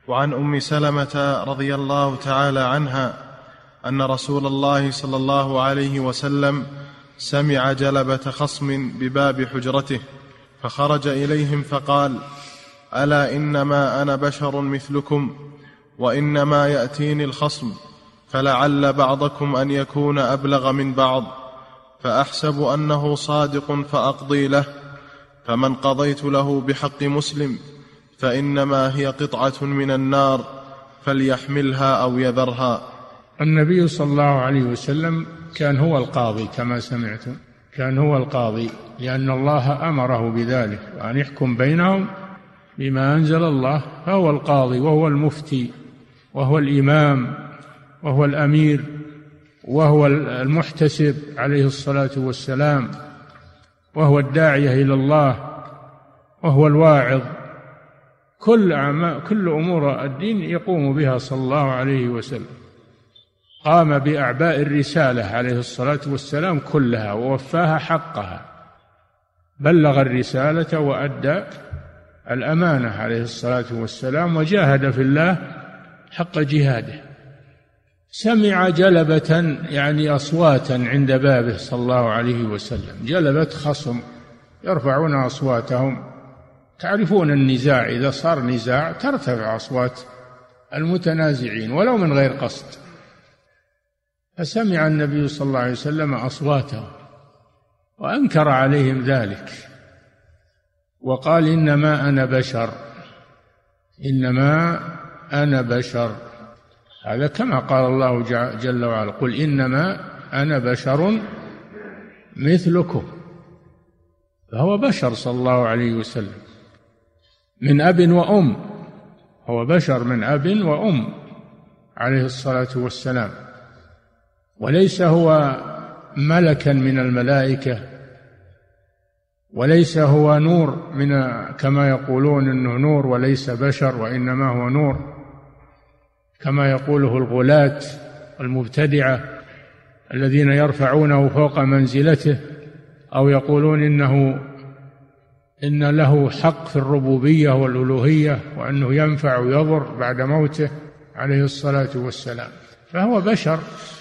وعن أم سلمة رضي الله تعالى عنها أن رسول الله صلى الله عليه وسلم سمع جلبة خصم بباب حجرته، فخرج إليهم فقال: ألا إنما أنا بشر مثلكم، وإنما يأتيني الخصم، فلعل بعضكم أن يكون أبلغ من بعض، فأحسب أنه صادق فأقضي له، فمن قضيت له بحق مسلم فإنما هي قطعة من النار، فليحملها أو يذرها. النبي صلى الله عليه وسلم كان هو القاضي، كما سمعتم، كان هو القاضي، لأن الله أمره بذلك، وأن يحكم بينهم بما أنزل الله، فهو القاضي وهو المفتي وهو الإمام وهو الأمير وهو المحتسب عليه الصلاة والسلام، وهو الداعية إلى الله وهو الواعظ. كل أمور الدين يقوم بها صلى الله عليه وسلم. قام بأعباء الرسالة عليه الصلاة والسلام كلها ووفاها حقها، بلغ الرسالة وأدى الأمانة عليه الصلاة والسلام، وجاهد في الله حق جهاده. سمع جلبة، يعني أصواتا عند بابه صلى الله عليه وسلم، جلبة خصم يرفعون أصواتهم. تعرفون النزاع، إذا صار نزاع ترتفع أصوات المتنازعين ولو من غير قصد. فسمع النبي صلى الله عليه وسلم أصواتهم وأنكر عليهم ذلك، وقال: إنما أنا بشر، إنما أنا بشر. هذا كما قال الله جل وعلا: قل إنما أنا بشر مثلكم. فهو بشر صلى الله عليه وسلم من أب وأم، هو بشر من أب وأم عليه الصلاة والسلام، وليس هو ملكا من الملائكة، وليس هو نور كما يقولون إنه نور وليس بشر، وإنما هو نور كما يقوله الغلاة المبتدعة الذين يرفعونه فوق منزلته، أو يقولون إن له حق في الربوبية والألوهية، وأنه ينفع ويضر بعد موته عليه الصلاة والسلام. فهو بشر،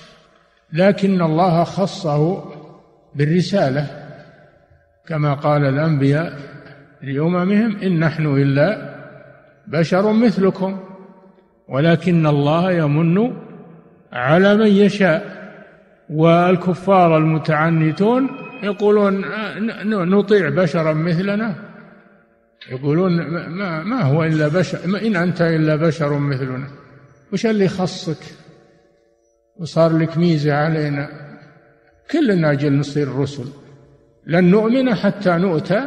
لكن الله خصه بالرسالة، كما قال الأنبياء لأممهم: إن نحن إلا بشر مثلكم، ولكن الله يمن على من يشاء. والكفار المتعنتون يقولون: نطيع بشرا مثلنا، يقولون ما هو إلا بشر، إن أنت إلا بشر مثلنا، وش اللي خصك وصار لك ميزة علينا؟ كلنا أجل نصير رسل، لن نؤمن حتى نؤتى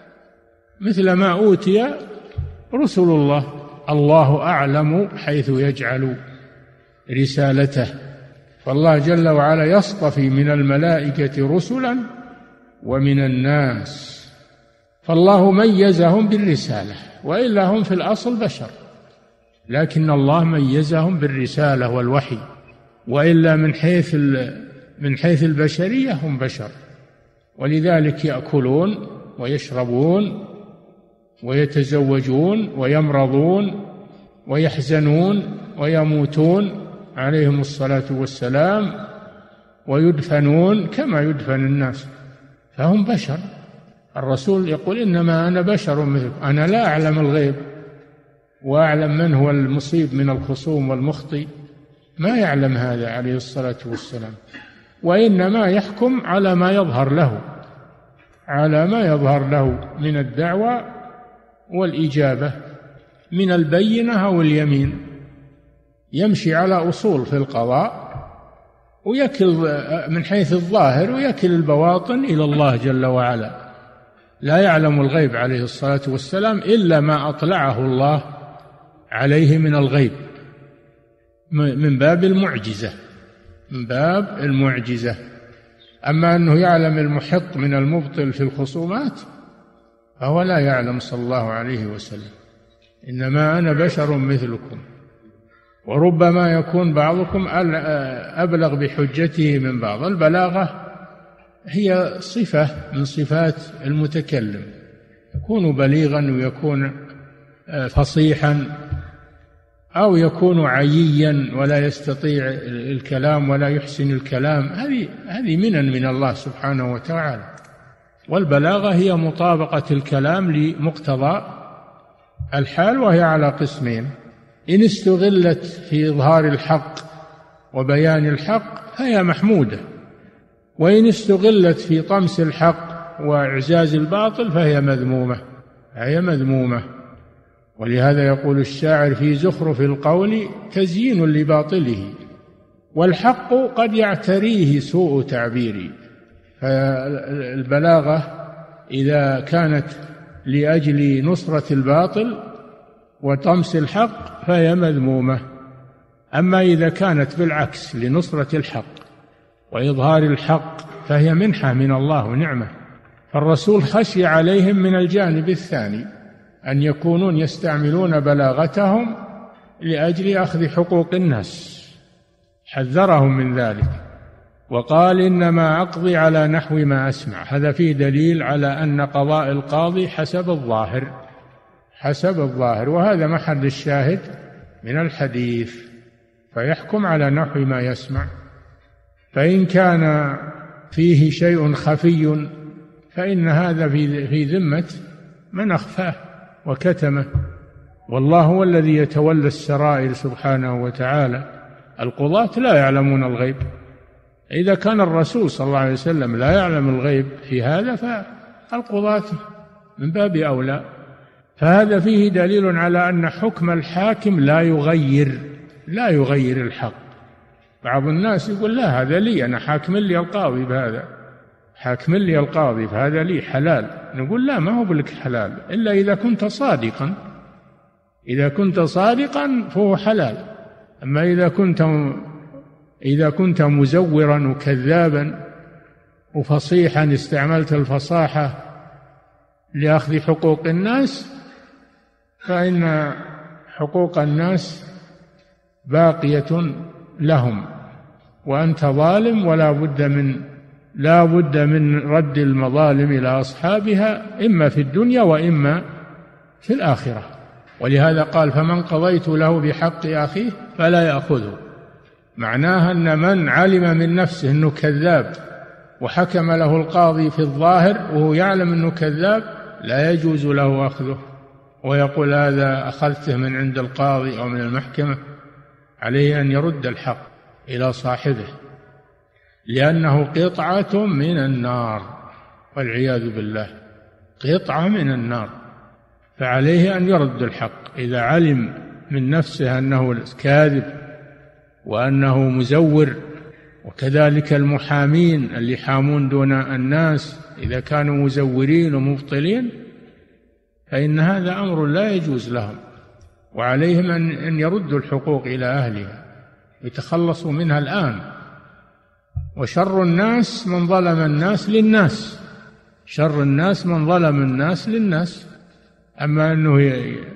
مثل ما أوتي رسل الله، الله أعلم حيث يجعل رسالته. فالله جل وعلا يصطفي من الملائكة رسلا ومن الناس، فالله ميزهم بالرسالة، وإلا هم في الأصل بشر، لكن الله ميزهم بالرسالة والوحي، وإلا من حيث البشرية هم بشر. ولذلك يأكلون ويشربون ويتزوجون ويمرضون ويحزنون ويموتون عليهم الصلاة والسلام، ويدفنون كما يدفن الناس، فهم بشر. الرسول يقول: إنما أنا بشر مثلكم، أنا لا أعلم الغيب، وأعلم من هو المصيب من الخصوم والمخطئ، ما يعلم هذا عليه الصلاة والسلام، وإنما يحكم على ما يظهر له، على ما يظهر له من الدعوة والإجابة، من البينة أو اليمين. يمشي على أصول في القضاء، ويكل من حيث الظاهر ويكل البواطن إلى الله جل وعلا. لا يعلم الغيب عليه الصلاة والسلام إلا ما أطلعه الله عليه من الغيب، من باب المعجزة، من باب المعجزة. أما أنه يعلم المحط من المبطل في الخصومات فهو لا يعلم صلى الله عليه وسلم. إنما أنا بشر مثلكم. وربما يكون بعضكم أبلغ بحجته من بعض. البلاغة هي صفة من صفات المتكلم، يكون بليغا ويكون فصيحا أو يكون عييا ولا يستطيع الكلام ولا يحسن الكلام، هذه من الله سبحانه وتعالى. والبلاغة هي مطابقة الكلام لمقتضى الحال، وهي على قسمين: إن استغلت في إظهار الحق وبيان الحق فهي محمودة، وإن استغلت في طمس الحق وإعزاز الباطل فهي مذمومة. ولهذا يقول الشاعر: في زخرف القول تزيين لباطله، والحق قد يعتريه سوء تعبيري. فالبلاغة إذا كانت لأجل نصرة الباطل وطمس الحق فهي مذمومة، أما إذا كانت بالعكس لنصرة الحق وإظهار الحق فهي منحة من الله ونعمة. فالرسول خشي عليهم من الجانب الثاني، أن يكونون يستعملون بلاغتهم لأجل أخذ حقوق الناس، حذرهم من ذلك وقال: إنما أقضي على نحو ما أسمع. هذا فيه دليل على أن قضاء القاضي حسب الظاهر، وهذا محل الشاهد من الحديث، فيحكم على نحو ما يسمع. فإن كان فيه شيء خفي فإن هذا في ذمة من أخفاه وكتمه، والله هو الذي يتولى السرائر سبحانه وتعالى. القضاة لا يعلمون الغيب، إذا كان الرسول صلى الله عليه وسلم لا يعلم الغيب في هذا فالقضاة من باب أولى. فهذا فيه دليل على أن حكم الحاكم لا يغير الحق. بعض الناس يقول: لا، هذا لي، أنا حاكم لي القاضي بهذا، حاكم لي القاضي فهذا لي حلال. نقول: لا، ما هو بلك حلال إلا إذا كنت صادقا فهو حلال. أما إذا كنت مزورا وكذابا وفصيحا، استعملت الفصاحة لأخذ حقوق الناس، فإن حقوق الناس باقية لهم، وأنت ظالم، لا بد من رد المظالم إلى أصحابها، إما في الدنيا وإما في الآخرة. ولهذا قال: فمن قضيت له بحق أخيه فلا يأخذه. معناها أن من علم من نفسه أنه كذاب وحكم له القاضي في الظاهر وهو يعلم أنه كذاب لا يجوز له أخذه ويقول: هذا أخذته من عند القاضي أو من المحكمة. عليه أن يرد الحق إلى صاحبه، لأنه قطعة من النار، والعياذ بالله، قطعة من النار. فعليه أن يرد الحق إذا علم من نفسه أنه كاذب وأنه مزور. وكذلك المحامين اللي يحامون دون الناس إذا كانوا مزورين ومبطلين فإن هذا أمر لا يجوز لهم، وعليهم أن يردوا الحقوق إلى أهلها يتخلصوا منها الآن. وشر الناس من ظلم الناس للناس، شر الناس من ظلم الناس للناس. أما أنه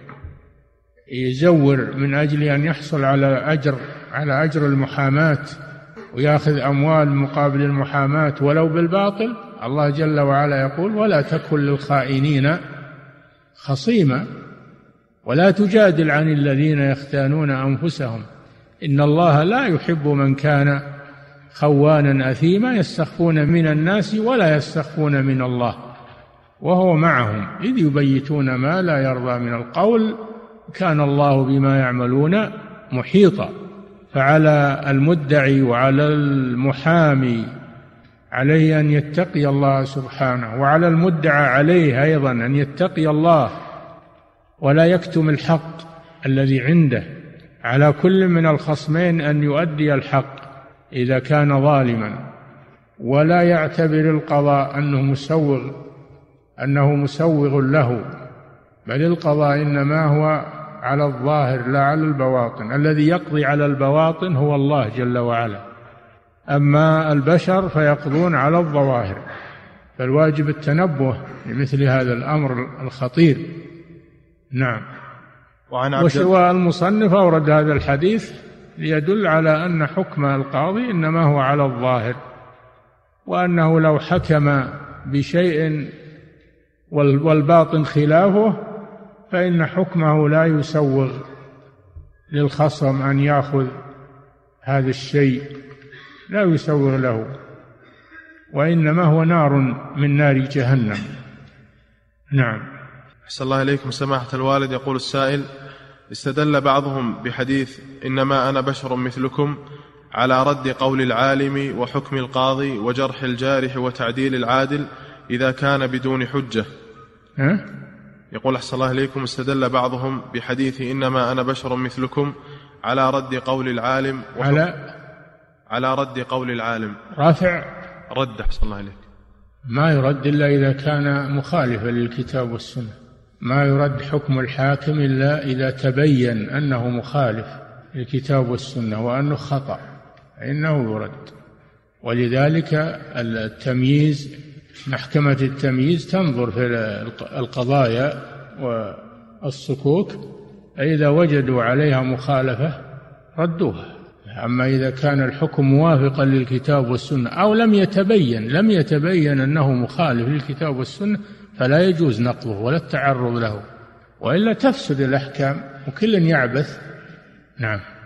يزور من أجل أن يحصل على أجر المحاماة ويأخذ أموال مقابل المحاماة ولو بالباطل، الله جل وعلا يقول: ولا تكن للخائنين خصيما ولا تجادل عن الذين يختانون أنفسهم إن الله لا يحب من كان خوانا أثيما يستخفون من الناس ولا يستخفون من الله وهو معهم إذ يبيتون ما لا يرضى من القول كان الله بما يعملون محيطا. فعلى المدعي وعلى المحامي عليه أن يتقي الله سبحانه، وعلى المدعى عليه أيضا أن يتقي الله ولا يكتم الحق الذي عنده. على كل من الخصمين أن يؤدي الحق إذا كان ظالما، ولا يعتبر القضاء أنه مسوغ له، بل القضاء إنما هو على الظاهر لا على البواطن. الذي يقضي على البواطن هو الله جل وعلا، أما البشر فيقضون على الظواهر. فالواجب التنبه لمثل هذا الأمر الخطير. نعم. والمصنف أورد هذا الحديث ليدل على أن حكم القاضي إنما هو على الظاهر، وأنه لو حكم بشيء والباطن خلافه فإن حكمه للخصم أن يأخذ هذا الشيء، لا يسوغ له، وإنما هو نار من نار جهنم. نعم. أحسن الله إليكم سماحة الوالد. يقول السائل: استدل بعضهم بحديث إنما أنا بشر مثلكم على رد قول العالم وحكم القاضي وجرح الجارح وتعديل العادل إذا كان بدون حجة. يقول أحسن الله إليكم: استدل بعضهم بحديث إنما أنا بشر مثلكم على رد قول العالم على رد قول العالم. رافع رد. أحسن الله إليك. ما يرد إلا إذا كان مخالفا للكتاب والسنة، ما يرد حكم الحاكم إلا إذا تبين أنه مخالف للكتاب والسنة وأنه خطأ، فإنه يرد. ولذلك التمييز، محكمة التمييز تنظر في القضايا والصكوك، فإذا وجدوا عليها مخالفة ردوها. أما إذا كان الحكم موافقا للكتاب والسنة أو لم يتبين أنه مخالف للكتاب والسنة فلا يجوز نقضه ولا التعرض له، وإلا تفسد الأحكام وكل يعبث. نعم.